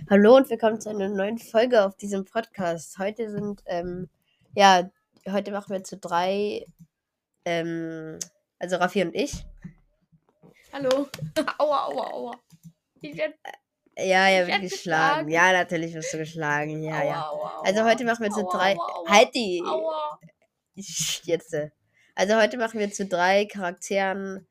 Hallo und willkommen zu einer neuen Folge auf diesem Podcast. Heute heute machen wir zu drei, also Raffi und ich. Hallo. Aua, aua, aua. Ich werd Ja, wird werd geschlagen. geschlagen. Ja, natürlich wirst du geschlagen. Ja, Aua, ja. aua, Also aua. heute machen wir zu Aua, drei. aua, aua. Halt die. Aua. Jetzt. Also heute machen wir zu drei Charakteren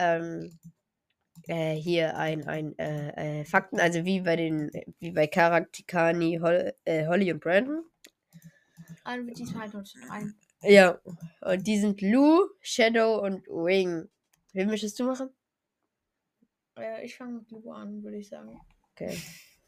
hier ein Fakten, also wie bei Karaktikani, Holly und Brandon. Also diesmal nur zu drei. Ja, und die sind Lou, Shadow und Wing. Wen möchtest du machen? Ich fange mit Lu an, würde ich sagen. Okay.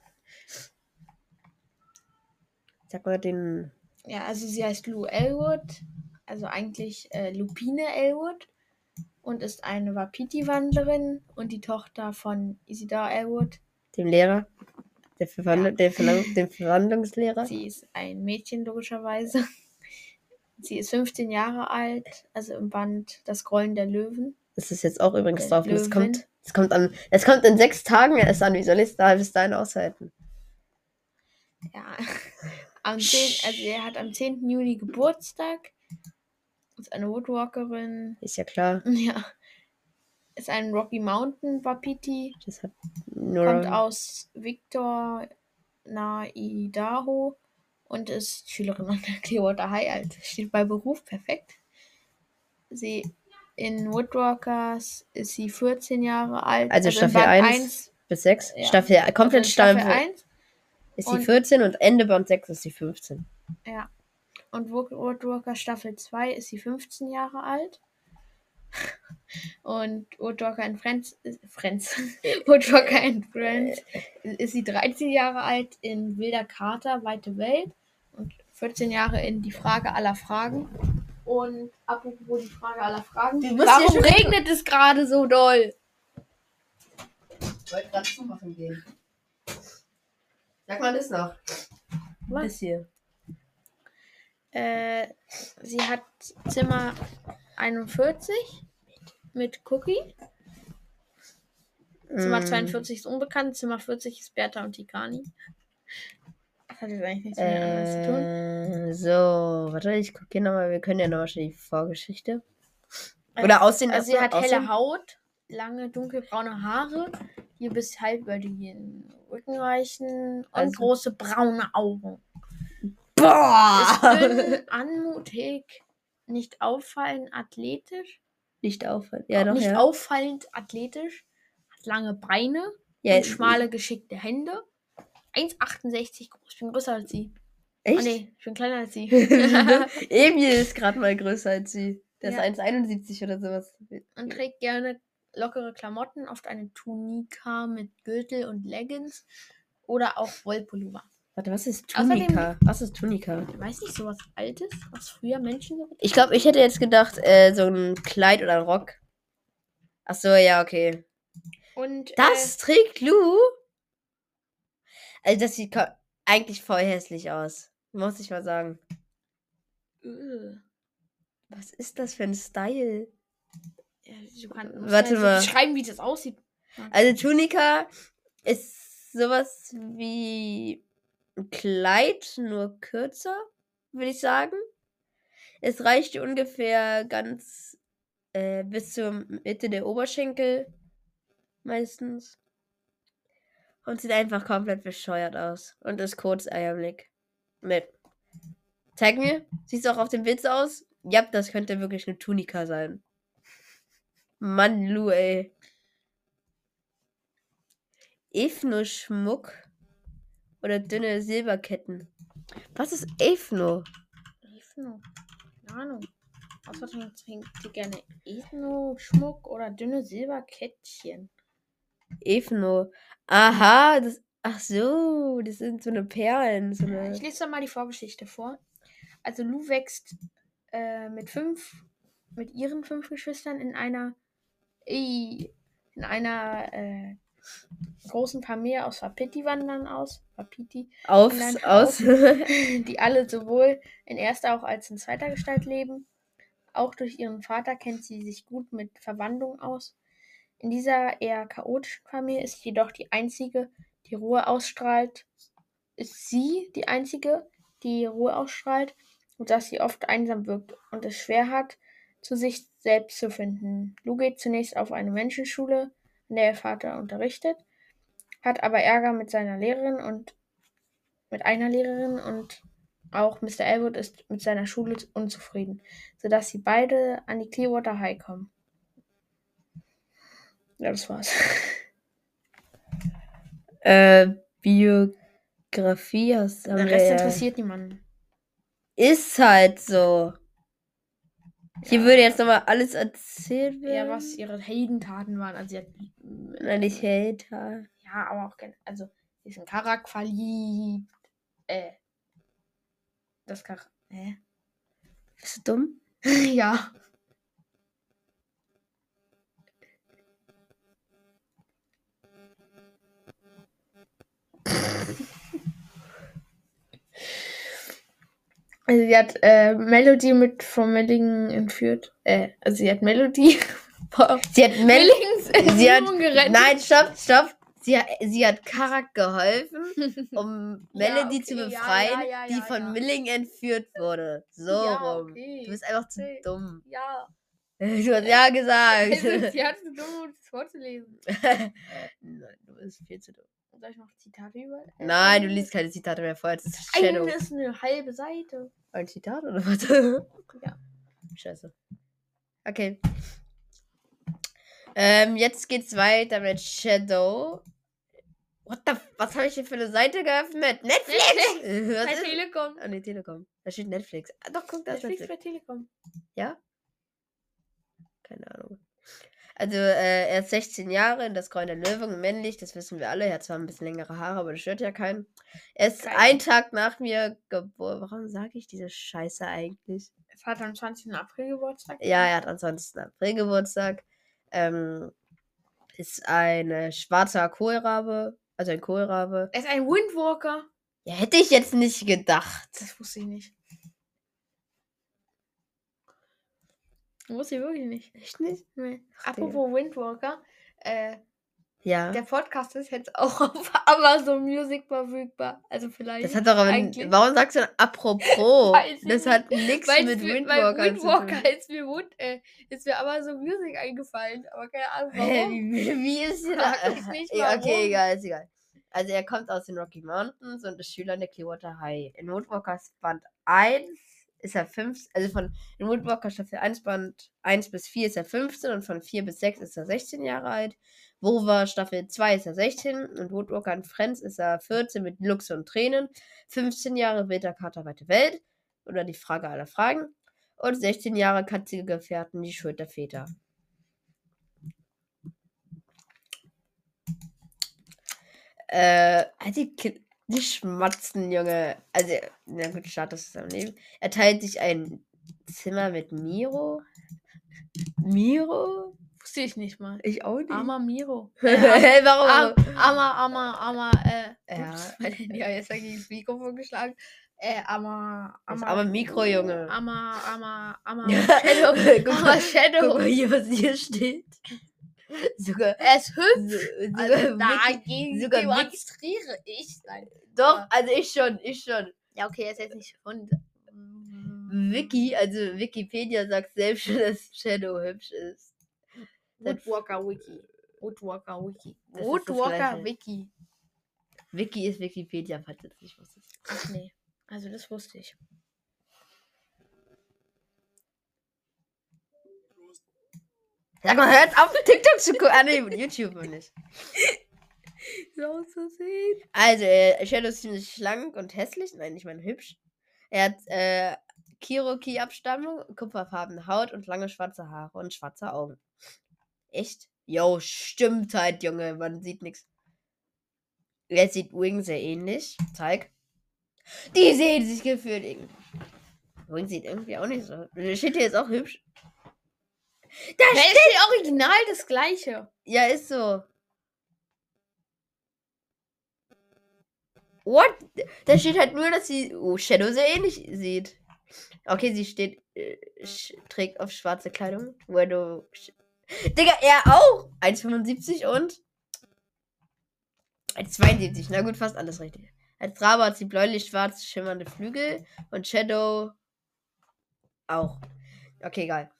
Sag mal den. Ja, also sie heißt Lou Elwood. Also eigentlich Lupine Elwood. Und ist eine Wapiti-Wandlerin und die Tochter von Isidore Elwood. Dem Lehrer. Dem Ja. Verwandlungslehrer. Sie ist ein Mädchen, logischerweise. Sie ist 15 Jahre alt, also im Band Das Grollen der Löwen. Das ist jetzt auch übrigens Der drauf. Und Löwin. es kommt in 6 Tagen erst an. Wie soll ich es da bis dahin aushalten? Ja. Also er hat am 10. Juni Geburtstag. Ist eine Woodwalkerin. Ist ja klar. Ja. Ist ein Rocky Mountain Wapiti. Das hat Kommt nur. aus Victor nahe Idaho und ist Schülerin an der Clearwater High. Also steht bei Beruf perfekt. Sie in Woodwalkers ist sie 14 Jahre alt. Also in Staffel Band 1 bis 6. Ja. Komplett also Staffel Staffel 1. Ist sie 14 und Ende Band 6 ist sie 15. Ja. Und Woodwalker Staffel 2 ist sie 15 Jahre alt. Und Woodwalker and Friends Woodwalker and Friends ist sie 13 Jahre alt in Wilder Kater, Weite Welt. Und 14 Jahre in Die Frage aller Fragen. Und apropos die Frage aller Fragen. Warum regnet es gerade so doll? Ich wollte gerade zumachen gehen. Sag mal das noch. Was? Das hier. Sie hat Zimmer 41 mit Cookie. Zimmer 42 ist unbekannt, Zimmer 40 ist Bertha und Tikani. Das hat jetzt eigentlich nichts miteinander zu tun. So, warte, ich gucke hier nochmal. Wir können ja nochmal schon die Vorgeschichte. Oder aussehen. Also sie hat helle Haut, lange dunkelbraune Haare, hier bis halb über den Rücken reichen und große braune Augen. Boah! Ist dünn, anmutig, nicht auffallend athletisch. Nicht auffallend. Ja, doch, nicht ja. auffallend athletisch. Hat lange Beine und schmale, geschickte Hände. 1,68 groß. Ich bin größer als sie. Echt? Oh nee, ich bin kleiner als sie. Emil ist gerade mal größer als sie. Der Ja. ist 1,71 oder sowas. Und trägt gerne lockere Klamotten, oft eine Tunika mit Gürtel und Leggings oder auch Wollpullover. Warte, was ist Tunika? Was ist Tunika? Ich weiß nicht, sowas Altes, was früher Menschen so. Ich glaube, ich hätte jetzt gedacht, so ein Kleid oder ein Rock. Ach so, ja, okay. Und das trägt Lou? Also das sieht eigentlich voll hässlich aus. Muss ich mal sagen. Was ist das für ein Style? Ja, du kannst Warte mal. beschreiben, wie das aussieht. Also Tunika ist sowas wie ein Kleid, nur kürzer, würde ich sagen. Es reicht ungefähr ganz bis zur Mitte der Oberschenkel meistens. Und sieht einfach komplett bescheuert aus. Und ist kurzärmelig. Zeig mir. Sieht es auch auf dem Bild so aus? Ja, das könnte wirklich eine Tunika sein. Mann, Lou, ey. Ethno-Schmuck oder dünne Silberketten. Was ist Ethno? Ethno? Keine Ahnung. Außerdem trinkt sie gerne Ethno-Schmuck oder dünne Silberkettchen. Ethno. Aha, ach so, das sind so eine Perlen. Ich lese doch mal die Vorgeschichte vor. Also Lou wächst mit ihren 5 Geschwistern in einer großen Familie aus Wapiti-Wandern aus. Die alle sowohl in erster auch als in zweiter Gestalt leben. Auch durch ihren Vater kennt sie sich gut mit Verwandlung aus. In dieser eher chaotischen Familie ist jedoch die einzige, die Ruhe ausstrahlt, ist sie die Einzige, die Ruhe ausstrahlt und dass sie oft einsam wirkt und es schwer hat, zu sich selbst zu finden. Lou geht zunächst auf eine Menschenschule, in der ihr Vater unterrichtet, hat aber Ärger mit seiner Lehrerin und mit einer Lehrerin und auch Mr. Elwood ist mit seiner Schule unzufrieden, sodass sie beide an die Clearwater High kommen. Ja, das war's. Biografie hast du. Der Rest interessiert niemanden. Ist halt so. Hier würde jetzt nochmal alles erzählt werden. Ja, was ihre Heldentaten waren. Also sie hat. Nein, nicht Hater. Ja, aber auch gerne. Also, sie ist in Karak verliebt. Das Karak. Bist du dumm? Ja. Also sie hat Melody mit From Milligan entführt. Also sie hat Melody Sie hat Millings gerettet. Nein, stopp. Sie hat Karak geholfen, um Melody zu befreien, die von Milling entführt wurde. So rum. Okay. Du bist einfach zu dumm. Ja. Du hast ja gesagt. Sie hat zu dumm, das vorzulesen. Nein, du bist viel zu dumm. Soll ich noch Zitate über? Nein, du liest keine Zitate mehr vor. Das ist Shadow. Eine ist eine halbe Seite. Ein Zitat oder was? Ja. Scheiße. Okay. Jetzt geht's weiter mit Shadow. Was habe ich hier für eine Seite geöffnet? Netflix! Bei Telekom. Ah, nee, Telekom. Da steht Netflix. Ah, doch, guck, da ist Netflix Netflix. bei Telekom. Ja? Keine Ahnung. Also, er ist 16 Jahre, in das Kreuz der Löwen, männlich, das wissen wir alle. Er hat zwar ein bisschen längere Haare, aber das stört ja keinen. Er ist einen Tag nach mir geboren. Warum sage ich diese Scheiße eigentlich? Es hat am 20. April Geburtstag. Ja, er hat am 20. April Geburtstag. Ist ein schwarzer Kohlrabe. Also ein Kohlrabe. Er ist ein Windwalker. Ja, hätte ich jetzt nicht gedacht. Das wusste ich nicht. Wusste ich wirklich nicht. Echt nicht? Nee. Apropos Windwalker. Ja. Der Podcast ist jetzt auch auf Amazon Music verfügbar. Also vielleicht. Das hat doch aber. Warum sagst du apropos? Das hat nichts mit Windwalker zu tun. Windwalker ist mir Amazon Music eingefallen. Aber keine Ahnung warum. Wie ist denn das? Nicht warum. Okay, egal, ist egal. Also er kommt aus den Rocky Mountains und ist Schüler in der Clearwater High. In Woodwalkers Band 1 ist er 15, also von in Woodwalker Staffel 1 Band 1 bis 4 ist er 15 und von 4 bis 6 ist er 16 Jahre alt. Wover Staffel 2 ist er 16 und Woodwalker in Friends ist er 14 mit Lux und Tränen. 15 Jahre Wilder Kater weite Welt oder die Frage aller Fragen und 16 Jahre Katzige Gefährten, die Schuld der Väter. Die schmatzen, Junge. Also, na gut, Status ist am Leben. Er teilt sich ein Zimmer mit Miro. Miro? Wusste ich nicht mal. Ich auch nicht. Armer Miro. Warum? Ja, jetzt habe ich das Mikrofon geschlagen. Armer Mikro, Junge. Shadow. Shadow. Guck mal hier, was hier steht. Sogar. Er ist hübsch. Also dagegen demonstriere ich. Nein. Doch, also ich schon. Ja, okay, er ist jetzt nicht von. Wiki, also Wikipedia sagt selbst schon, dass Shadow hübsch ist. Woodwalker Wiki. Wiki ist Wikipedia, falls du das nicht wusstest. Ach nee, also das wusste ich. Sag mal, hört auf, TikTok zu gucken. Ah, nee, YouTube und nicht. So zu sehen. Also, Shadow ist ziemlich schlank und hässlich. Nein, ich meine hübsch. Er hat Cherokee-Abstammung, kupferfarbene Haut und lange schwarze Haare und schwarze Augen. Echt? Jo, stimmt halt, Junge. Man sieht nichts. Jetzt sieht Wing sehr ähnlich. Zeig. Die sehen sich gefühlt irgendwie. Wing sieht irgendwie auch nicht so. Der steht hier jetzt auch hübsch. Da steht original das Gleiche. Ja, ist so. What? Da steht halt nur, dass sie Shadow sehr ähnlich sieht. Okay, sie trägt auf schwarze Kleidung. Digga, er auch. 1,75 und 1,72. Na gut, fast alles richtig. Als Rabe hat sie bläulich-schwarz schimmernde Flügel und Shadow auch. Okay, egal.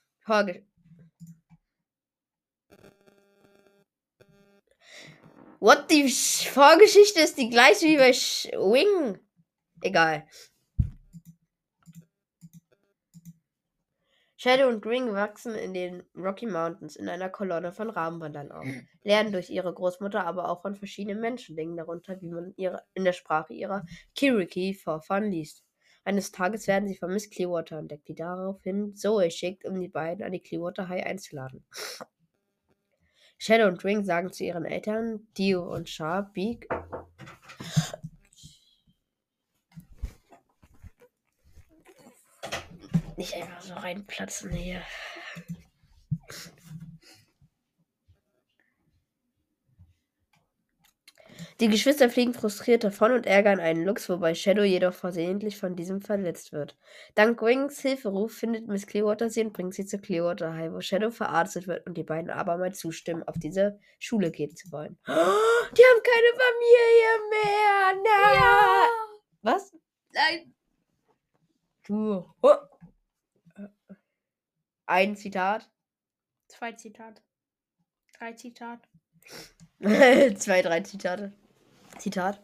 What? Die Vorgeschichte ist die gleiche wie bei Wing. Egal. Shadow und Ring wachsen in den Rocky Mountains in einer Kolonne von Rabenwandern auf, lernen durch ihre Großmutter aber auch von verschiedenen Menschendingen, darunter wie man in der Sprache ihrer Cherokee-Vorfahren liest. Eines Tages werden sie von Miss Clearwater entdeckt, die daraufhin Zoe schickt, um die beiden an die Clearwater High einzuladen. Shadow und Ring sagen zu ihren Eltern, Dio und Sharp, Beak, nicht einfach so reinplatzen hier. Die Geschwister fliegen frustriert davon und ärgern einen Lux, wobei Shadow jedoch versehentlich von diesem verletzt wird. Dank Rings Hilferuf findet Miss Clearwater sie und bringt sie zur Clearwater High, wo Shadow verarztet wird und die beiden abermals zustimmen, auf diese Schule gehen zu wollen. Die haben keine Familie mehr! Nein! Ja. Was? Nein. Ein Zitat. 2 Zitat. 3 Zitat. 2, 3 Zitate. Zitat.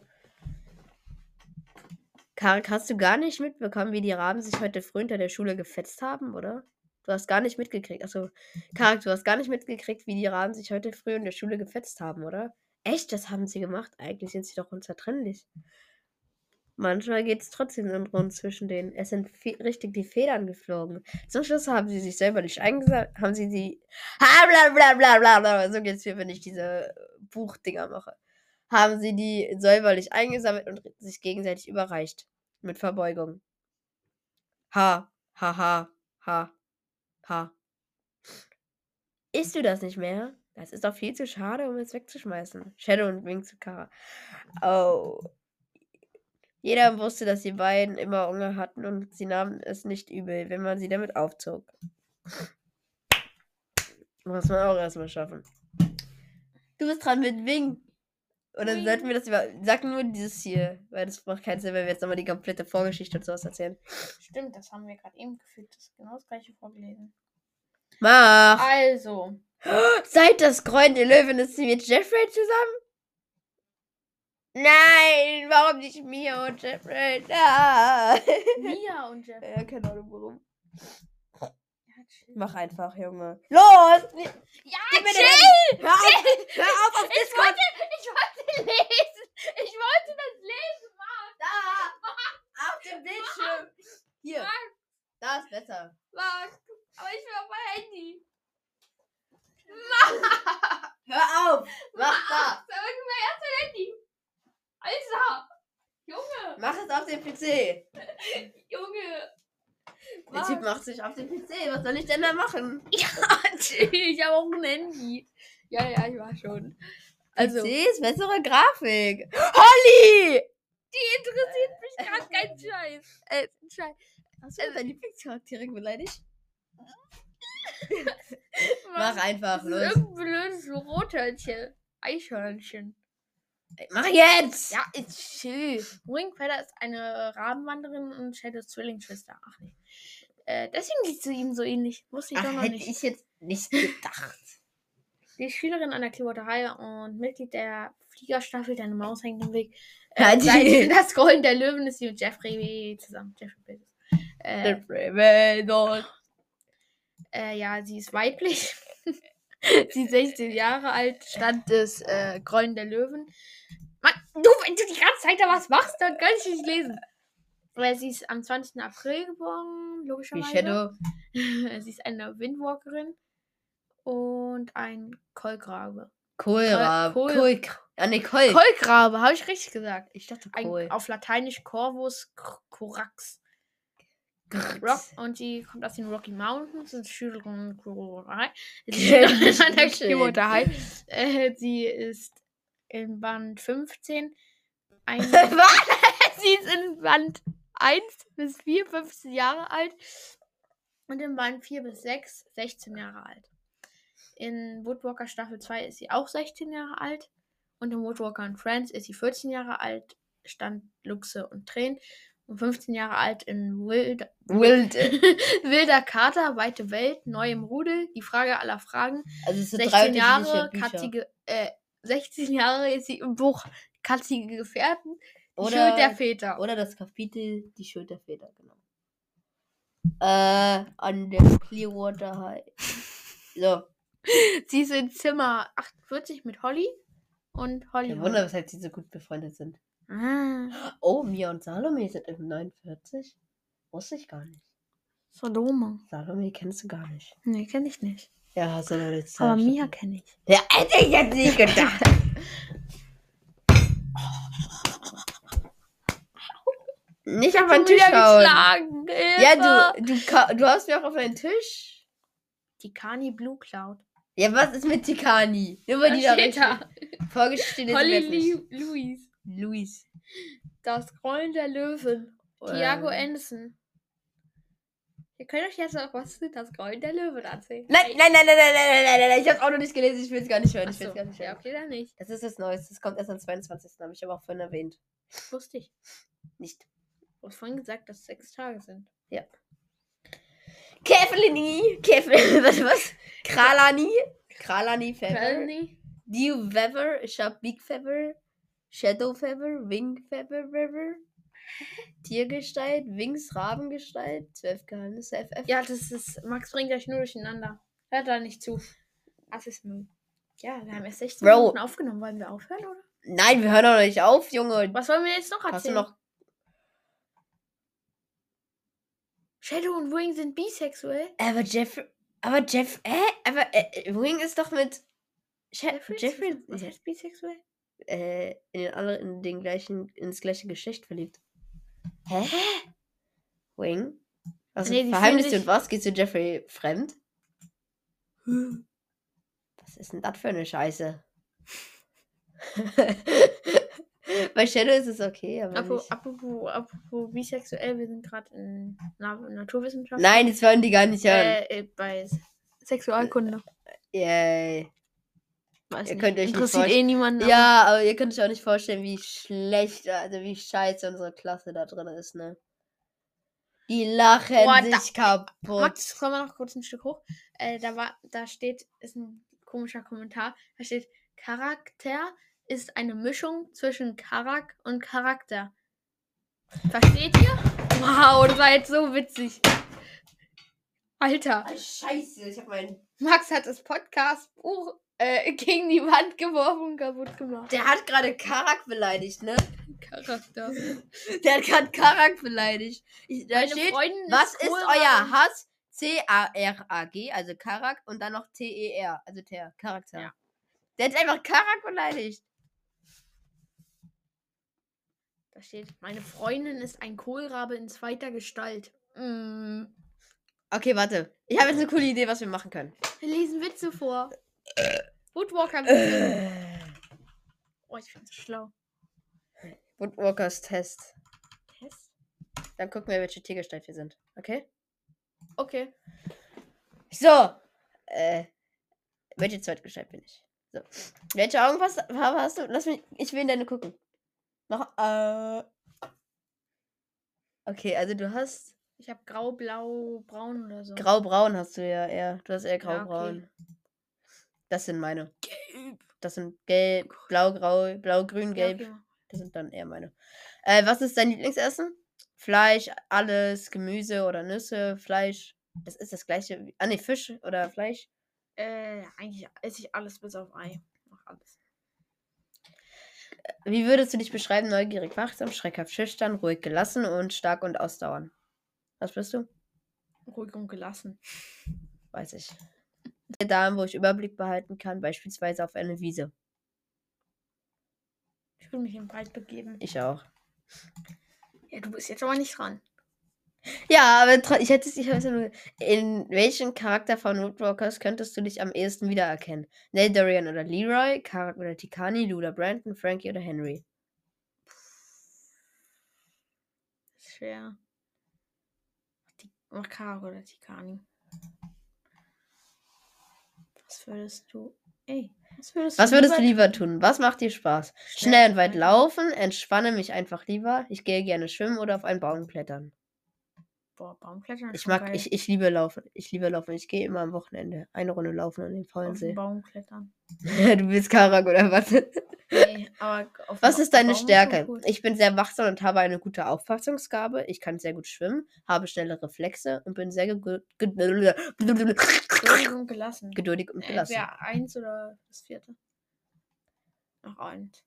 Karik, hast du gar nicht mitbekommen, wie die Raben sich heute früh hinter der Schule gefetzt haben, oder? Du hast gar nicht mitgekriegt. Achso, Karik, du hast gar nicht mitgekriegt, wie die Raben sich heute früh in der Schule gefetzt haben, oder? Echt? Das haben sie gemacht? Eigentlich sind sie doch unzertrennlich. Manchmal geht es trotzdem so rund zwischen denen. Es sind richtig die Federn geflogen. Zum Schluss haben sie sich selber nicht eingesammelt. Haben sie die. Ha, bla, bla, bla, bla, bla. So geht's mir, wenn ich diese Buchdinger mache. Haben sie die säuberlich eingesammelt und sich gegenseitig überreicht. Mit Verbeugung. Ha, ha, ha, ha, ha. Isst du das nicht mehr? Das ist doch viel zu schade, um es wegzuschmeißen. Shadow und Wing zu Kara. Oh. Jeder wusste, dass die beiden immer Hunger hatten und sie nahmen es nicht übel, wenn man sie damit aufzog. Muss man auch erstmal schaffen. Du bist dran mit Wing. Oder Wing. sollten wir das Sag nur dieses hier, weil das macht keinen Sinn, wenn wir jetzt nochmal die komplette Vorgeschichte und sowas erzählen. Stimmt, das haben wir gerade eben gefühlt. Das ist genau das gleiche vorgelesen. Mach! Also. Seit das Gräuel der Löwen ist sie mit Jeffrey zusammen? Nein, warum nicht Mia und Jeffrey? Ah. Mia und Jeffrey. Ja, keine Ahnung warum. Ja, chill. Mach einfach, Junge. Los! Ja, Gib mir chill! Hör auf auf Ich Discord! wollte lesen! Ich wollte das lesen, Mann! Da! Auf dem Bildschirm! Hier! Mann, Da ist besser. Mann, aber ich will auf mein Handy. Hör auf! Mach da! Da will ich mein erstes Handy. Alter! Junge! Mach es auf dem PC! Junge! Der Typ macht sich auf dem PC. Was soll ich denn da machen? Ja, chill, ich habe auch ein Handy. Ja, ich war schon. Also, PC ist bessere Grafik. Holly! die interessiert mich gerade kein Scheiß. Scheiß. Hast du deine Lieblingscharaktere beleidigt? Mach einfach, Das ist los. irgendein blödes Rothörnchen. Eichhörnchen. Mach jetzt! Ja, ist chill. Ringfeather ist eine Rabenwanderin und Shadows Zwillingsschwester. Ach nee. Deswegen siehst du ihm so ähnlich. Wusste ich doch Ach, noch hätte nicht. ich jetzt nicht gedacht. Die ist Schülerin an der Clearwater High und Mitglied der Fliegerstaffel. Deine Maus hängt im Weg. Ja, Seit das Golden der Löwen ist sie mit Jeffrey zusammen. Jeffrey Bezos. Ja, sie ist weiblich. Sie ist 16 Jahre alt. Stand des Golden der Löwen. Mann, du, wenn du die ganze Zeit da was machst, dann kann ich nicht lesen. Sie ist am 20. April geboren, Wie logischerweise. Shadow. Sie ist eine Windwalkerin und ein Kohlgrabe. Kohlrabe. Kohl. Kohlgrabe, habe ich richtig gesagt. Ich dachte Kohl. Auf Lateinisch Corvus corax. Rock, und die kommt aus den Rocky Mountains, ist Schülerin an der Clearwater High. Sie ist in Band 15. Sie ist in Band 1 bis 4 15 Jahre alt und in Band 4 bis 6 16 Jahre alt. In Woodwalker Staffel 2 ist sie auch 16 Jahre alt und in Woodwalker and Friends ist sie 14 Jahre alt. Stand Luchse und Tränen. Und 15 Jahre alt in Wild. Wilder Kater, weite Welt, neu im Rudel, die Frage aller Fragen. Also es sind 16 drei Jahre, unterschiedliche Bücher. 16 Jahre ist sie im Buch Katzige Gefährten, die Oder- Schuld der Väter. Oder das Kapitel Die Schuld der Väter, genau. An der Clearwater High. So. Sie ist in Zimmer 48 mit Holly und Holly. Kein Wunder, weshalb sie so gut befreundet sind. Ah, Oh, Mia und Salome sind im 49. Wusste ich gar nicht. Sodoma. Salome kennst du gar nicht. Nee, kenne ich nicht. Ja, hast du noch nicht Aber gesagt. Mia kenne ich. Ja, hätte ich jetzt nicht gedacht. Nicht auf meinen Tisch hauen. Ja, du hast mir auch auf meinen Tisch. Tikani Blue Cloud. Ja, was ist mit Tikani? Nur weil die da steht da. vorgestellt ist. Holly Louise. Luis. Das Grollen der Löwen. Thiago Anderson. Ihr könnt euch jetzt auch was zu das Grollen der Löwen erzählen. Nein. Ich hab's auch noch nicht gelesen. Ich will es gar nicht hören. Ja, okay, dann nicht. Das ist das Neueste. Das kommt erst am 22. Habe ich aber auch vorhin erwähnt. Wusste ich. Nicht. Du hast vorhin gesagt, dass es 6 Tage sind. Ja. Was? Kralani Feather. Melanie. Dew Feather. Ich hab Big Feather. Shadow Feather. Wing Feather. Tiergestalt. Wings Rabengestalt. 12 Geheimnisse FF. Ja, das ist. Max bringt euch nur durcheinander. Hört da nicht zu. Das ist Müll. Ja, wir haben erst 16 Bro. Minuten aufgenommen. Wollen wir aufhören, oder? Nein, wir hören doch nicht auf, Junge. Was wollen wir jetzt noch Hast du erzählen? noch. Shadow und Wing sind bisexuell. Aber Wing ist doch mit. Jeffrey Was heißt bisexuell? ins gleiche Geschlecht verliebt. Hä? Wing? Also Nee, die verheimlicht fühlen und was? Geht zu Jeffrey fremd? Was ist denn das für eine Scheiße? Bei Shadow ist es okay, aber nicht. Apropos bisexuell, wir sind gerade in Naturwissenschaften. Nein, das wollen die gar nicht hören. Bei Sexualkunde. Yay. Weiß Ihr nicht. könnt euch nicht Interessiert vorstellen. niemanden. aber- Ja, aber ihr könnt euch auch nicht vorstellen, wie schlecht, also wie scheiße unsere Klasse da drin ist, ne? Die lachen Boah, sich kaputt. Max, komm mal noch kurz ein Stück hoch. Da steht, ist ein komischer Kommentar. Da steht, Charakter ist eine Mischung zwischen Karak und Charakter. Versteht ihr? Wow, das war jetzt so witzig. Alter, Scheiße, ich hab meinen. Max hat das Podcast-Buch gegen die Wand geworfen und kaputt gemacht. Der hat gerade Karak beleidigt, ne? Charakter. Der hat gerade Karak beleidigt. Da Meine steht, Freundin was ist Kohlrabi. euer Hass? C-A-R-A-G, also Karak, und dann noch T-E-R, also der Charakter. Ja. Der hat einfach Karak beleidigt. Da steht, meine Freundin ist ein Kohlrabe in zweiter Gestalt. Okay, warte. Ich habe jetzt eine coole Idee, was wir machen können. Wir lesen Witze vor. Woodwalker. Oh, ich finde es schlau. Woodwalkers Test. Test? Dann gucken wir, welche Tiergestalt wir sind. Okay? Okay. So. Welche Zweitgestalt bin ich? So. Welche Augenfarbe hast du? Ich will in deine gucken. Noch. Okay, also du hast. Ich habe grau, blau, braun oder so. Grau-braun hast du ja eher. Du hast eher Ja, grau-braun. okay. Das sind meine. Gelb. Das sind gelb, blau, grau, blau, grün, Ja, gelb. okay. Das sind dann eher meine. Was ist dein Lieblingsessen? Fleisch, alles, Gemüse oder Nüsse, Fleisch. Das ist das gleiche. Nee, Fisch oder Fleisch. Eigentlich esse ich alles bis auf Ei. Mach alles. Wie würdest du dich beschreiben? Neugierig, wachsam, schreckhaft, schüchtern, ruhig, gelassen und stark und ausdauernd. Was bist du? Ruhig und gelassen. Weiß ich. Da, wo ich Überblick behalten kann, beispielsweise auf eine Wiese. Ich will mich im Wald begeben. Ich auch. Ja, du bist jetzt aber nicht dran. Ja, aber ich hätte nur. In welchen Charakter von Woodwalkers könntest du dich am ehesten wiedererkennen? Nate, Dorian oder Leroy? Karak oder Tikani? Lou oder Brandon? Frankie oder Henry? Das ist schwer. Mach Karak oder Tikani. Was würdest du? Ey, Was würdest du lieber tun? Was macht dir Spaß? Schnell und weit tun? laufen, entspanne mich einfach lieber. Ich gehe gerne schwimmen oder auf einen Baum klettern. Boah, Baumklettern ist Ich schon mag, geil. ich liebe Laufen. Ich liebe Laufen. Ich gehe immer am Wochenende eine Runde laufen an den faulen Auf den See. Baum klettern. Du bist Karak oder was? Nee, aber auf Was dem ist deine Baum schon Stärke? cool. Ich bin sehr wachsam und habe eine gute Auffassungsgabe. Ich kann sehr gut schwimmen, habe schnelle Reflexe und bin sehr Geduldig und gelassen. geduldig und gelassen. Entweder 1 oder das 4. Ach, 1.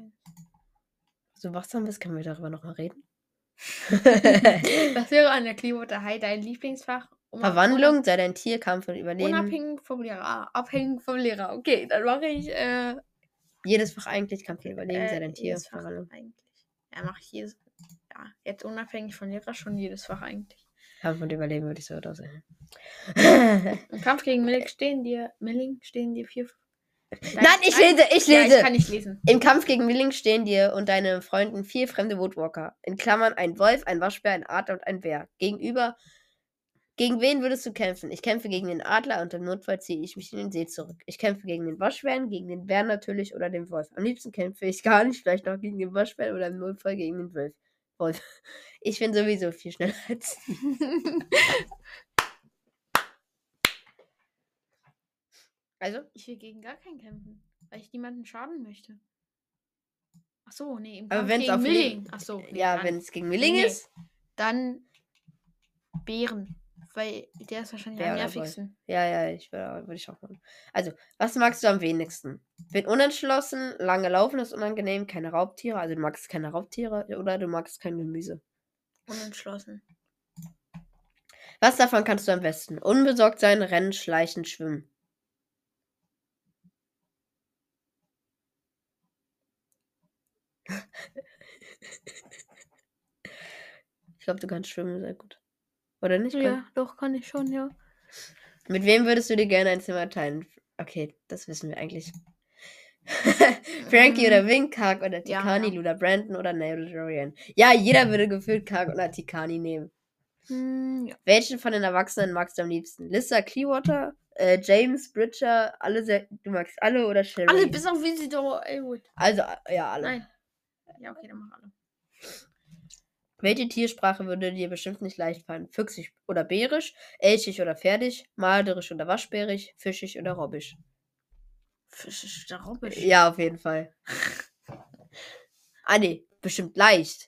So wachsam bist, können wir darüber nochmal reden. Was wäre an der Clearwater High dein Lieblingsfach? Verwandlung, sei dein Tier, Kampf und Überleben. Unabhängig vom Lehrer. Abhängig vom Lehrer. Okay, dann mache ich Jedes Fach eigentlich, Kampf und Überleben, sei dein Tier, jedes Fach Verwandlung. eigentlich. Ja, mache ich jedes. Ja, jetzt unabhängig von Lehrer schon jedes Fach eigentlich. Kampf und Überleben würde ich so oder sagen. Im Kampf gegen Milling stehen dir 4. Nein, ich lese. Ja, ich kann nicht lesen. Im Kampf gegen Milling stehen dir und deinen Freunden 4 fremde Woodwalker. In Klammern ein Wolf, ein Waschbär, ein Adler und ein Bär. Gegenüber. Gegen wen würdest du kämpfen? Ich kämpfe gegen den Adler und im Notfall ziehe ich mich in den See zurück. Ich kämpfe gegen den Waschbären, gegen den Bären natürlich oder den Wolf. Am liebsten kämpfe ich gar nicht, vielleicht noch gegen den Waschbären oder im Notfall gegen den Wolf. Ich bin sowieso viel schneller als Also? Ich will gegen gar keinen kämpfen, weil ich niemanden schaden möchte. Ach so, nee, im Aber Kampf wenn es gegen auf Milling. Ach so, nee, ja, dann- wenn es gegen Milling Nee. ist. Dann Bären, weil der ist wahrscheinlich am Bär oder nervigsten. Ja, würde ich auch machen. Also, was magst du am wenigsten? Bin unentschlossen, lange laufen ist unangenehm, keine Raubtiere. Also, du magst keine Raubtiere oder du magst kein Gemüse. Unentschlossen. Was davon kannst du am besten? Unbesorgt sein, rennen, schleichen, schwimmen. Ich glaube, du kannst schwimmen sehr gut. Oder nicht? Ja, doch, kann ich schon, ja. Mit wem würdest du dir gerne ein Zimmer teilen? Okay, das wissen wir eigentlich. Frankie oder Wink, Kark oder Tikani, ja. Luda Brandon oder Neil Dorian. Ja, jeder würde gefühlt Kark oder Tikani nehmen. Ja. Welchen von den Erwachsenen magst du am liebsten? Lissa, Clearwater, James, Bridger, du magst alle oder Sherry? Alle, bis auf Visitor Elwood. Also, ja, alle. Nein. Ja, okay, dann mach alle. Welche Tiersprache würde dir bestimmt nicht leicht fallen? Füchsig oder bärisch, elchig oder pferdig, marderisch oder waschbärig, fischig oder robbisch? Fisch oder robbisch? Ja, auf jeden Fall. Nee, bestimmt leicht.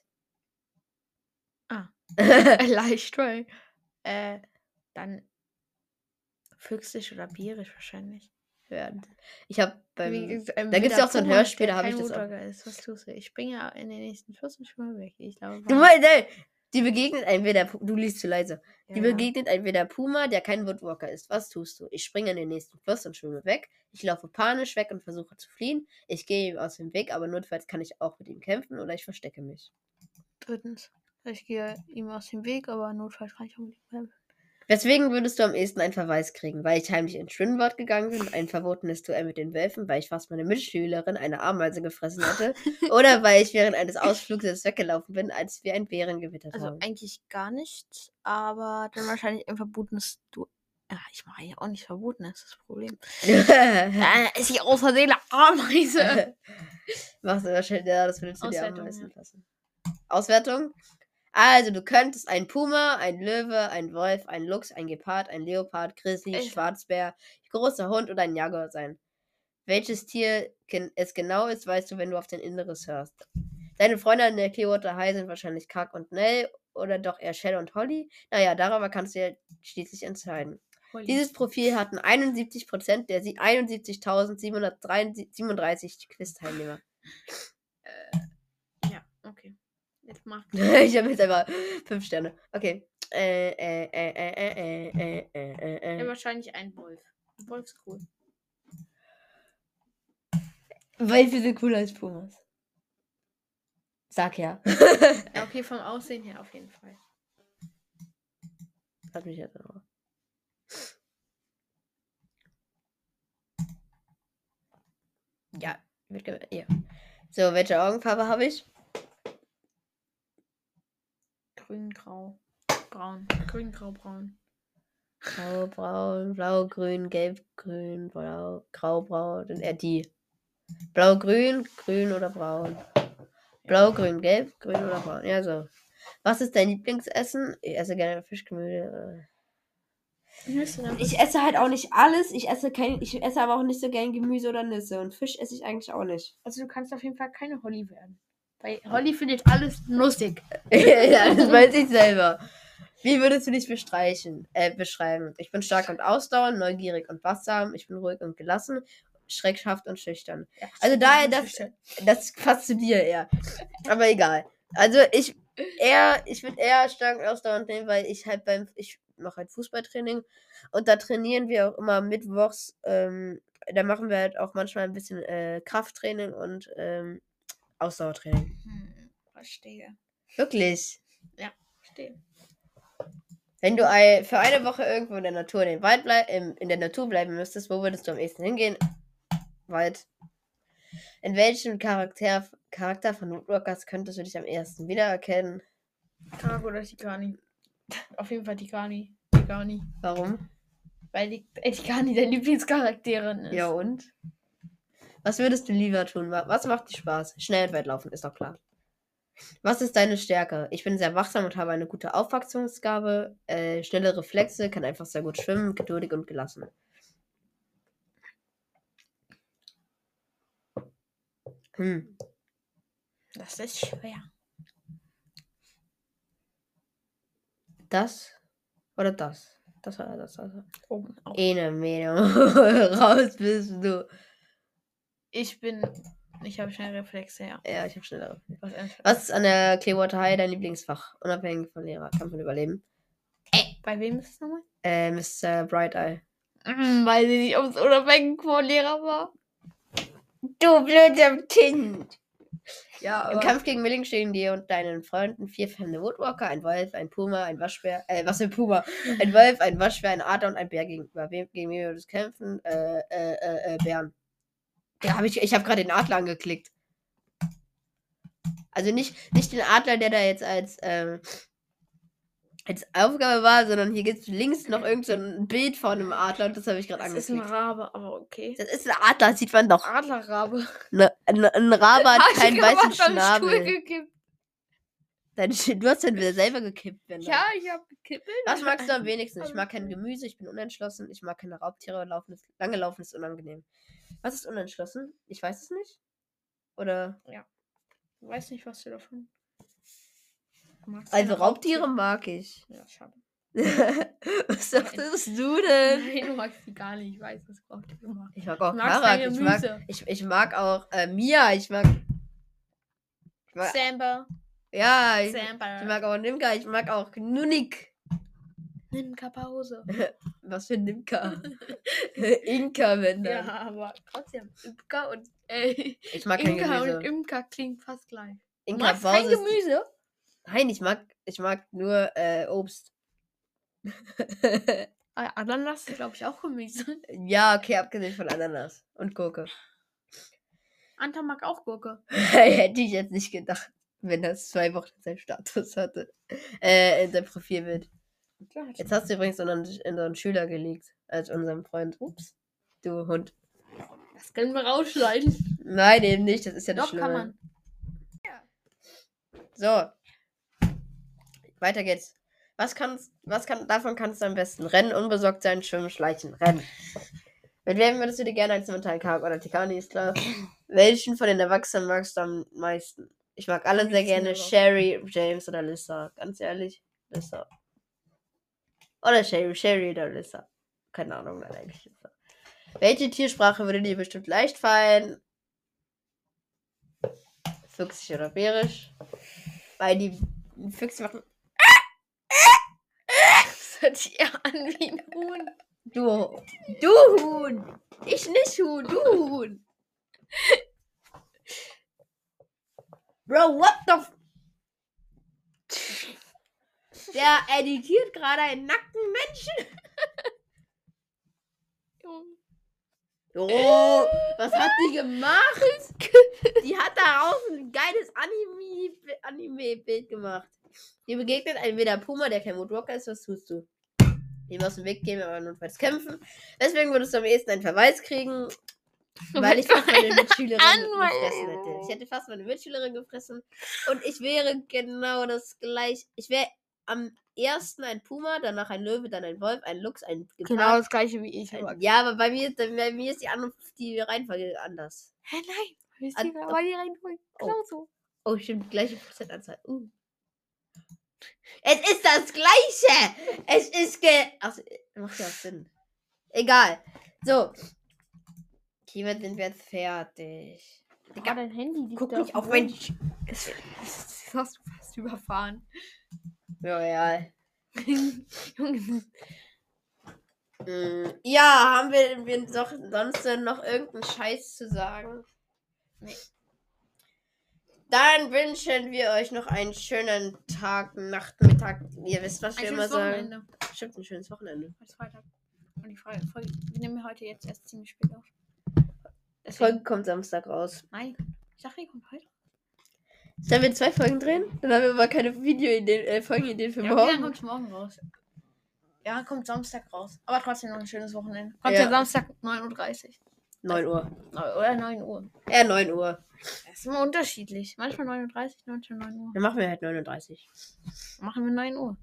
Leicht, weil. Dann füchsisch oder bierisch wahrscheinlich. Ja, ich habe Da da gibt es ja auch so ein Hörspiel, da habe ich das auch. Was tust du? Ich springe ja in den nächsten Fluss und schwimme weg. Ich glaube, Die begegnet entweder, du liest zu leise. ja, Die begegnet entweder Puma, der kein Woodwalker ist. Was tust du? Ich springe in den nächsten Fluss und schwimme weg. Ich laufe panisch weg und versuche zu fliehen. Ich gehe ihm aus dem Weg, aber notfalls kann ich auch mit ihm kämpfen oder ich verstecke mich. Drittens, ich gehe ihm aus dem Weg, aber notfalls kann ich auch mit ihm kämpfen. Weswegen würdest du am ehesten einen Verweis kriegen? Weil ich heimlich ins Schwimmbad gegangen bin, ein verbotenes Duell mit den Wölfen, weil ich fast meine Mitschülerin eine Ameise gefressen hatte, oder weil ich während eines Ausflugs weggelaufen bin, als wir ein Bären gewittert Also haben. eigentlich gar nichts, aber dann wahrscheinlich ein verbotenes Duell. Ja, ich mache ja auch nicht verboten, das ist das Problem. Ist ich aus Versehen eine Ameise. Machst du wahrscheinlich, ja, das würdest du dir am Auswertung, meisten ja. lassen. Auswertung? Also, du könntest ein Puma, ein Löwe, ein Wolf, ein Luchs, ein Gepard, ein Leopard, Grizzly, Alter. Schwarzbär, großer Hund oder ein Jaguar sein. Welches Tier es genau ist, weißt du, wenn du auf dein Inneres hörst. Deine Freunde in der Clearwater High sind wahrscheinlich Kark und Nell oder doch eher Shell und Holly. Naja, darüber kannst du ja schließlich entscheiden. Holly. Dieses Profil hatten 71% der 71.737 Quiz-Teilnehmer. Ja, okay. Jetzt mach. Ich habe jetzt einfach 5 Sterne. Okay. Ja, wahrscheinlich ein Wolf. Ein Wolf ist cool. Wölfe sind cooler als Pumas. Sag ja. Ja, okay, vom Aussehen her auf jeden Fall. Hat mich jetzt aber. Ja, ja. So, welche Augenfarbe habe ich? Grün, grau, braun. Grün, grau, braun. Grau, braun, blau, grün, gelb, grün, blau, grau, braun. Dann eher die. Blau, grün, grün oder braun. Blau, grün, gelb, grün oder braun. Ja, so. Was ist dein Lieblingsessen? Ich esse gerne Fischgemüse. Ich esse halt auch nicht alles. Ich esse aber auch nicht so gern Gemüse oder Nüsse. Und Fisch esse ich eigentlich auch nicht. Also du kannst auf jeden Fall keine Holly werden. Weil Holly findet alles nussig. Ja, das weiß ich selber. Wie würdest du dich beschreiben? Ich bin stark und ausdauernd, neugierig und wachsam. Ich bin ruhig und gelassen, schreckhaft und schüchtern. Ja, Also daher, das passt zu dir eher. Aber egal. Also ich würde eher stark und ausdauernd nehmen, weil ich mache halt Fußballtraining und da trainieren wir auch immer mittwochs. Da machen wir halt auch manchmal ein bisschen Krafttraining und Ausdauertraining. Verstehe. Wirklich. Ja, verstehe. Wenn du für eine Woche irgendwo in der Natur in der Natur bleiben müsstest, wo würdest du am ehesten hingehen? Wald. In welchem Charakter von Woodwalkers könntest du dich am ehesten wiedererkennen? Karg oder Tikani? Auf jeden Fall Tikani. Warum? Weil die Tikani der Lieblingscharakterin ist. Ja und? Was würdest du lieber tun? Was macht dir Spaß? Schnell und weit laufen, ist doch klar. Was ist deine Stärke? Ich bin sehr wachsam und habe eine gute Auffassungsgabe, schnelle Reflexe, kann einfach sehr gut schwimmen, geduldig und gelassen. Das ist schwer. Das oder das? Das oder das? Oben auch. Ene, Mene. Raus bist du. Ich habe schnelle Reflexe, ja. Ja, ich habe schnellere. Was ist an der Clearwater High dein Lieblingsfach? Unabhängig von Lehrer. Kampf und Überleben. Bei wem ist es nochmal? Mr. Bright Eye. Weiß ich nicht, ob es unabhängig von Lehrer war. Du blöder Kind. Ja, Im Kampf gegen Milling stehen dir und deinen Freunden 4 fremde Woodwalker, ein Wolf, ein Puma, ein Waschbär, was für ein Puma? Ein Wolf, ein Waschbär, ein Adler und ein Bär gegenüber. Gegen wen würdest du kämpfen? Bären. Ja, ich habe gerade den Adler angeklickt. Also nicht den Adler, der da jetzt als Aufgabe war, sondern hier gibt es links noch irgend so ein Bild von einem Adler und das habe ich gerade angeklickt. Das ist ein Rabe, aber okay. Das ist ein Adler, das sieht man doch. Adlerrabe. Ein Rabe hat keinen weißen Schnabel. Gekippt. Du hast dann wieder selber gekippt, wenn Ja, ich habe gekippt. Was magst du am wenigsten? Ich mag kein Gemüse, ich bin unentschlossen, ich mag keine Raubtiere, lange laufen ist unangenehm. Was ist unentschlossen? Ich weiß es nicht. Oder? Ja. Ich weiß nicht, was du davon magst. Also Raubtiere mag ich. Ja, schade. Was sagtest du denn? Nein, du magst die gar nicht. Ich weiß, was Raubtiere mag. Ich mag auch magst Karak. Ich mag auch Mia. Ich mag Samba. Ja, ich mag auch Nimka. Ich mag auch Nunik. Nimka Pause. Was für Nimka? Inka, wenn dann. Ja, aber trotzdem. Imka und ich mag kein Inka Gemüse. und Imka klingen fast gleich. Inka Pause kein Gemüse? Nein, ich mag nur Obst. Ananas ist, glaube ich, auch Gemüse. Ja, okay, abgesehen von Ananas und Gurke. Anton mag auch Gurke. Hätte ich jetzt nicht gedacht, wenn das 2 Wochen seinen Status hatte. In seinem Profilbild. Klar, Jetzt hast du übrigens in unseren Schüler gelegt, als unserem Freund. Ups, du Hund. Das können wir rausschneiden. Nein, eben nicht, das ist ja das Doch, Schlimme. kann man. Ja. So. Weiter geht's. Davon kannst du am besten rennen, unbesorgt sein, schwimmen, schleichen, rennen. Mit wem würdest du dir gerne als Mental Karg oder Tikani, ist klar. Welchen von den Erwachsenen magst du am meisten? Ich mag alle sehr gerne. Sherry, James oder Lissa. Ganz ehrlich, Lissa. Oder Sherry oder Lissa. Keine Ahnung, nein, eigentlich Lissa. Welche Tiersprache würde dir bestimmt leicht fallen? Füchsisch oder bärisch? Weil die Füchse machen. Das hört sich eher an wie ein Huhn. Du Huhn! Ich nicht Huhn, du Huhn! Bro, what the Der editiert gerade einen nackten Menschen. Oh, was hat die gemacht? Die hat daraus ein geiles Anime-Bild gemacht. Dir begegnet entweder Puma, der kein Woodwalker ist, was tust du? ihm aus dem Weg gehen, aber notfalls kämpfen. Deswegen würdest du am ehesten einen Verweis kriegen, weil ich fast meine Mitschülerin gefressen hätte. Ich hätte fast meine Mitschülerin gefressen und ich wäre genau das gleiche. Ich wäre am ersten ein Puma, danach ein Löwe, dann ein Wolf, ein Luchs, ein Gepard. Genau das gleiche wie ich. Ja, aber bei mir ist die Reihenfolge anders. Hä, nein. Ist Ah, die, doch. war die Reihenfolge genauso. Oh, stimmt, gleiche Prozentanzahl. Es ist das Gleiche! Es ist Ach, macht ja auch Sinn. Egal. So. Hiermit sind wir jetzt fertig. Digga, dein Handy. Guck nicht auf mein... Das hast du fast überfahren. Ja. Ja, haben wir sonst noch irgendeinen Scheiß zu sagen? Nee. Dann wünschen wir euch noch einen schönen Tag, Nachmittag. Ihr wisst, was wir immer sagen. Wochenende. Stimmt, ein schönes Wochenende. Heute Freitag. Und die Folge. Wir nehmen heute jetzt erst ziemlich spät auf. Die Folge kommt Samstag raus. Nein. Ich dachte, die kommt heute. Sollen wir 2 Folgen drehen? Dann haben wir aber keine Folgenideen für Ja, morgen. dann kommt morgen raus. Ja, kommt Samstag raus. Aber trotzdem noch ein schönes Wochenende. Kommt ja Samstag 9:30 Uhr. 9 Uhr. Oder 9 Uhr. Ja, 9 Uhr. Das ist immer unterschiedlich. Manchmal 9:30 Uhr, manchmal 9 Uhr. Dann machen wir halt 39. Machen wir 9 Uhr.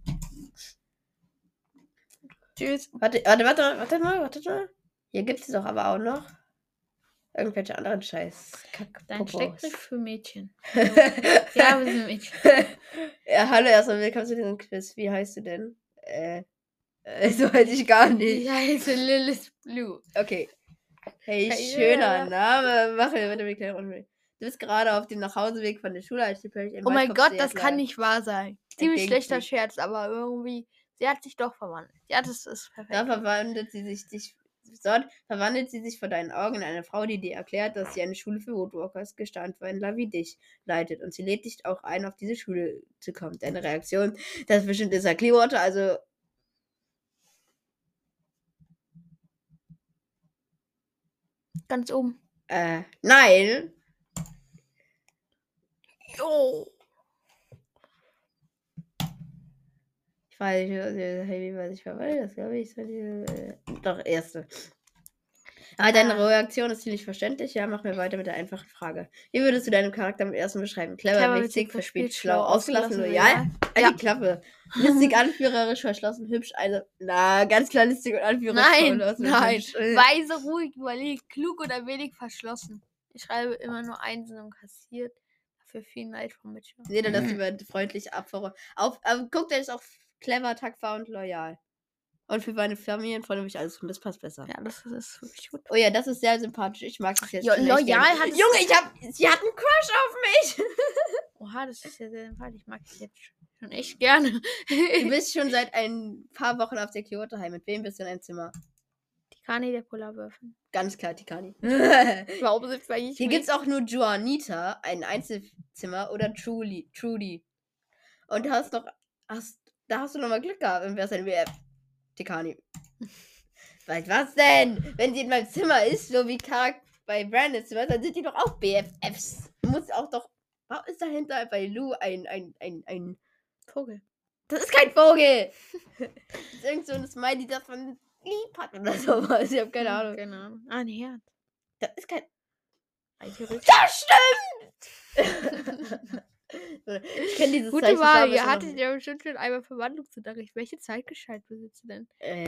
Tschüss. Warte mal. Hier gibt es doch aber auch noch irgendwelche anderen Scheiß. Dein Steckbrief für Mädchen. Ja, wir sind Mädchen. Ja, hallo erstmal, willkommen zu diesem Quiz. Wie heißt du denn? So weiß ich gar nicht. Ich heiße Lilith Blue. Okay. Hey, schöner Name. Du bist gerade auf dem Nachhauseweg von der Schule, als die plötzlich Oh mein Gott, das kann nicht wahr sein. Ziemlich schlechter Scherz, aber irgendwie, sie hat sich doch verwandelt. Ja, das ist perfekt. Da verwandelt sie sich vor deinen Augen in eine Frau, die dir erklärt, dass sie eine Schule für Woodwalkers Gestandwandler wie dich leitet. Und sie lädt dich auch ein, auf diese Schule zu kommen. Deine Reaktion, das ist bestimmt dieser Clearwater, also... Ganz oben. Nein. Jo. Ich weiß nicht, was ich verwandelt, das glaube ich. Doch, erste. Aber deine Reaktion ist ziemlich verständlich. Ja, machen wir weiter mit der einfachen Frage. Wie würdest du deinen Charakter am ersten beschreiben? Clever, witzig, verspielt, schlau, ausgelassen, loyal? Die Klappe. Listig, anführerisch, verschlossen, hübsch, also... Na, ganz klar listig und anführerisch. Nein. Weise, ruhig, überlegt, klug oder wenig verschlossen. Ich schreibe immer nur Einsen und kassiert. Dafür viel Neid vom Mitschüler. Nee, dann lass lieber freundlich abfahren. Guck, der ist auch clever, taktvoll und loyal. Und für meine Familienfreunde habe ich alles tun. Das passt besser. Ja, das ist wirklich gut. Oh ja, das ist sehr sympathisch. Ich mag das jetzt. Ja, loyal hat es... Junge, sie hat einen Crush auf mich. Oha, das ist ja sehr sympathisch. Ich mag es jetzt schon echt gerne. Du bist schon seit ein paar Wochen auf der Kyoto Heim. Mit wem bist du in einem Zimmer? Tikani, der Polarwürfel. Ganz klar, Tikani. Warum sitzt du eigentlich Hier gibt es auch nur Juanita, ein Einzelzimmer, oder Trudy. Und da hast du noch mal Glück gehabt. Und wer ist ein WF? Tikani. Weil was denn? Wenn sie in meinem Zimmer ist, so wie Karak bei Brandons Zimmer, dann sind die doch auch BFFs. Muss auch doch... Warum ist dahinter bei Lou ein Vogel? Das ist kein Vogel! Das ist irgend so ein Smiley, das man lieb hat oder sowas. Ich hab keine Ahnung. Genau. Ein Herz. Das ist kein... Das stimmt! Ich kenne dieses Gute Zeichen. Wahl, ihr hattet ja bestimmt schon einmal Verwandlungsnachricht. Welche Zeitgestalt besitzt du denn?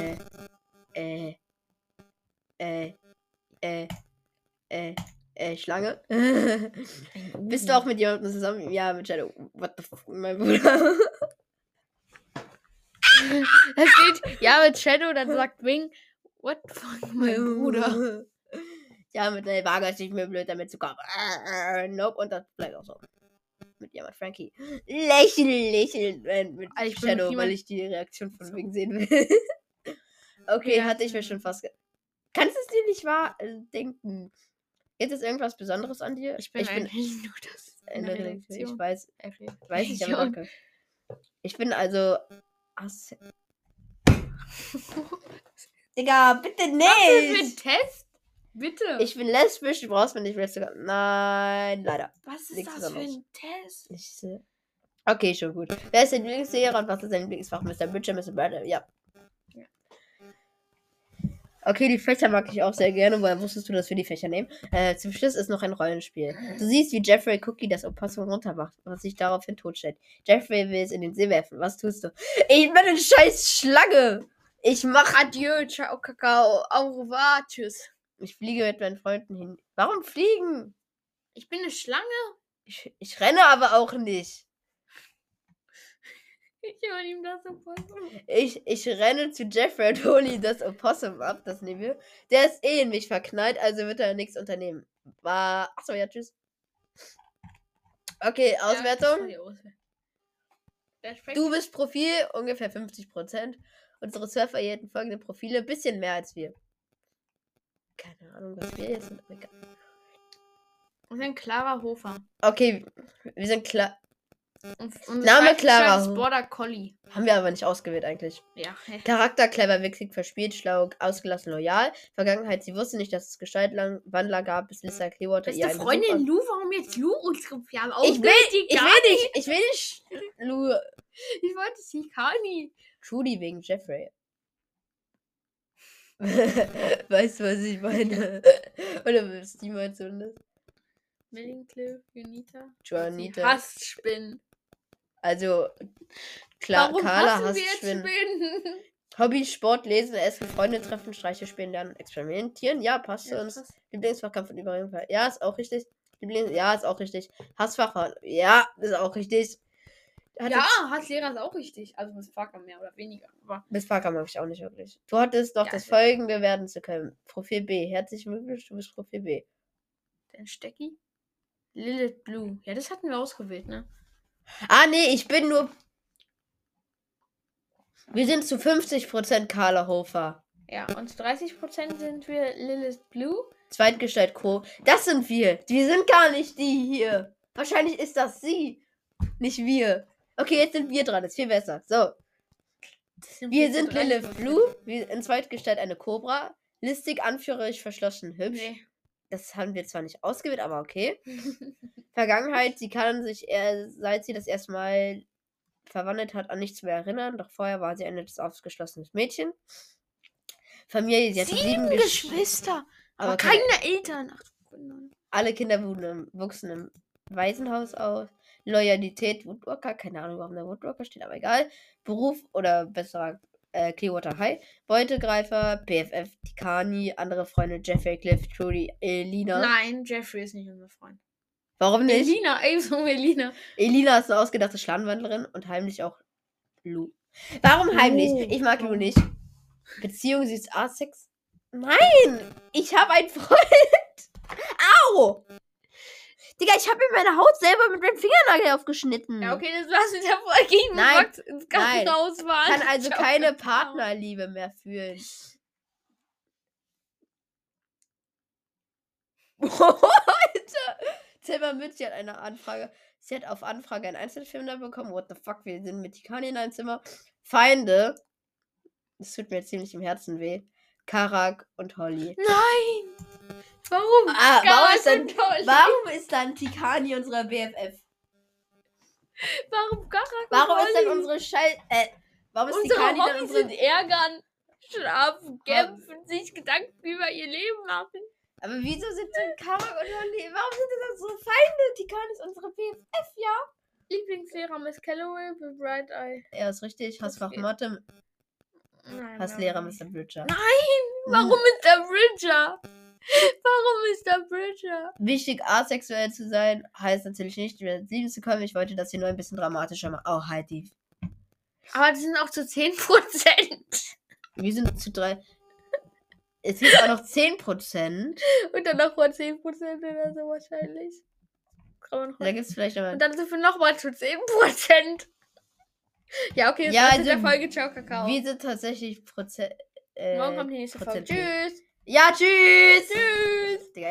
Schlange? Bist du auch mit jemandem zusammen? Ja, mit Shadow. What the fuck, mein Bruder? Da steht, ja, mit Shadow, dann sagt Wing, what the fuck, mein Bruder? Ja, mit der Waage ist nicht mehr blöd, damit zu kommen. Nope, und das bleibt auch so. Mit jemand Frankie. Lächeln mit Shadow, weil ich die Reaktion von Wing sehen will. Okay, hatte ich mir schon fast... Kannst du es dir nicht wahr denken? Gibt es irgendwas Besonderes an dir? Ich bin nur das in der Reaktion. Ich weiß ich, aber danke. Ich bin also... Digga, bitte nicht! Was ist mit Test? Bitte! Ich bin lesbisch, du brauchst mir nicht mehr sogar... Nein, leider. Was ist das für ein Test? Okay, schon gut. Wer ist dein Lieblingslehrer und was ist dein Lieblingsfach? Mr. Bridger, Mr. Bradley? Ja. Okay, die Fächer mag ich auch sehr gerne. Woher wusstest du, dass wir die Fächer nehmen? Zum Schluss ist noch ein Rollenspiel. Du siehst, wie Jeffrey Cookie das Opossum runtermacht, was sich daraufhin totstellt. Jeffrey will es in den See werfen. Was tust du? Ich bin eine scheiß Schlange. Ich mach... Adieu, ciao, Kakao. Au revoir, tschüss. Ich fliege mit meinen Freunden hin. Warum fliegen? Ich bin eine Schlange. Ich renne aber auch nicht. Ich hole ihm das Opossum. Ich renne zu Jeffrey und hole ihm das Opossum ab, das nehmen wir. Der ist eh in mich verknallt, also wird er nichts unternehmen. Achso, ja, tschüss. Okay, Auswertung. Du bist Profil, ungefähr 50%. Unsere Surfer jäten folgende Profile, bisschen mehr als wir. Keine Ahnung, was wir jetzt sind. Egal. Wir sind Clara Hofer. Okay, wir sind klar. Name Clara. Border Collie. Haben wir aber nicht ausgewählt eigentlich. Ja. Charakter clever, witzig, verspielt, schlau, ausgelassen, loyal. Vergangenheit, sie wusste nicht, dass es Gestaltwandler gab, bis Lisa Clearwater ihr eine Freundin Lou, warum jetzt Lou uns wir haben ich will nicht Lou. Ich wollte Sikani. Trudy wegen Jeffrey. Weißt du, was ich meine? Oder was die meinst du das? Millincliff, Juanita. Hasst Spinnen. Also, Carla hasst Spinnen. Hobby, Sport, Lesen, Essen, Freunde treffen, Streiche spielen, lernen, experimentieren. Ja, passt zu uns. Lieblingsfachkampf und Überredung. Ja, ist auch richtig. Ja, ist auch richtig. Hassfach. Ja, ist auch richtig. Hasslehrer ist auch richtig. Also Miss Parker mehr oder weniger. Aber Miss Parker mag ich auch nicht wirklich. Du hattest doch das Folgende werden zu können. Profil B. Herzlichen Glückwunsch, du bist Profil B. Den Stecki? Lilith Blue. Ja, das hatten wir ausgewählt, ne? Nee, ich bin nur... Wir sind zu 50% Carla Hofer. Ja, und zu 30% sind wir Lilith Blue. Zweitgestalt Co. Das sind wir. Die sind gar nicht die hier. Wahrscheinlich ist das sie. Nicht wir. Okay, jetzt sind wir dran. Das ist viel besser. So. Wir sind Lilith Blue. Wir in Zweitgestalt eine Cobra. Listig, anführerisch, verschlossen, hübsch. Nee. Das haben wir zwar nicht ausgewählt, aber okay. Vergangenheit, sie kann sich, seit sie das erste Mal verwandelt hat, an nichts mehr erinnern. Doch vorher war sie ein nettes, ausgeschlossenes Mädchen. Familie, sie hat 7 Geschwister. Aber keine Eltern. Ach, alle Kinder wuchsen im Waisenhaus auf. Loyalität, Woodwalker. Keine Ahnung, warum der Woodwalker steht, aber egal. Beruf oder besser Clearwater High. Beutegreifer, BFF, Tikani, andere Freunde, Jeffrey, Cliff, Trudy, Elina. Nein, Jeffrey ist nicht unser Freund. Warum nicht? Elina. Elina ist eine ausgedachte Schlangenwandlerin und heimlich auch Lou. Warum heimlich? Ich mag Lou nicht. Beziehung, sie ist asex. Nein! Ich habe einen Freund! Au! Digga, ich habe mir meine Haut selber mit meinem Fingernagel aufgeschnitten. Ja, okay, das war's mit der Folge. Nein, ins Krankenhaus waren. Kann also keine Partnerliebe mehr fühlen. Alter! Zimmermütze hat eine Anfrage. Sie hat auf Anfrage einen Einzelfilm da bekommen. What the fuck, wir sind mit Tikani in einem Zimmer. Feinde. Das tut mir ziemlich im Herzen weh. Karak und Holly. Nein! Warum? Warum ist dann Tikani unsere BFF? Warum Karak und Warum Holly? ist dann unsere warum ist Tikani dann unsere... sind ärgern, schlafen, kämpfen, sich Gedanken über ihr Leben machen. Aber wieso sind denn Karak und Holly? Warum sind das unsere Feinde? Tikani ist unsere BFF, ja? Lieblingslehrer Miss Calloway mit Bright Eye. Ja, ist richtig. Hassfach Mathe. Hasslehrer Mr. Bridger. Nein! Warum Mr. Bridger? Warum Mr. Bridger? Wichtig, asexuell zu sein, heißt natürlich nicht, über das Leben zu kommen. Ich wollte das hier nur ein bisschen dramatischer machen. Oh, halt die. Aber das sind auch zu 10%. Wir sind zu 3. Es gibt auch noch 10%. Und dann nochmal 10% oder so wahrscheinlich. Da gibt es vielleicht nochmal. Und dann sind wir nochmal zu 10%. Ja, okay, das war's in der Folge. Ciao, Kakao. Wir sind tatsächlich Morgen kommt die nächste Folge. Tschüss. Ja, tschüss. Tschüss.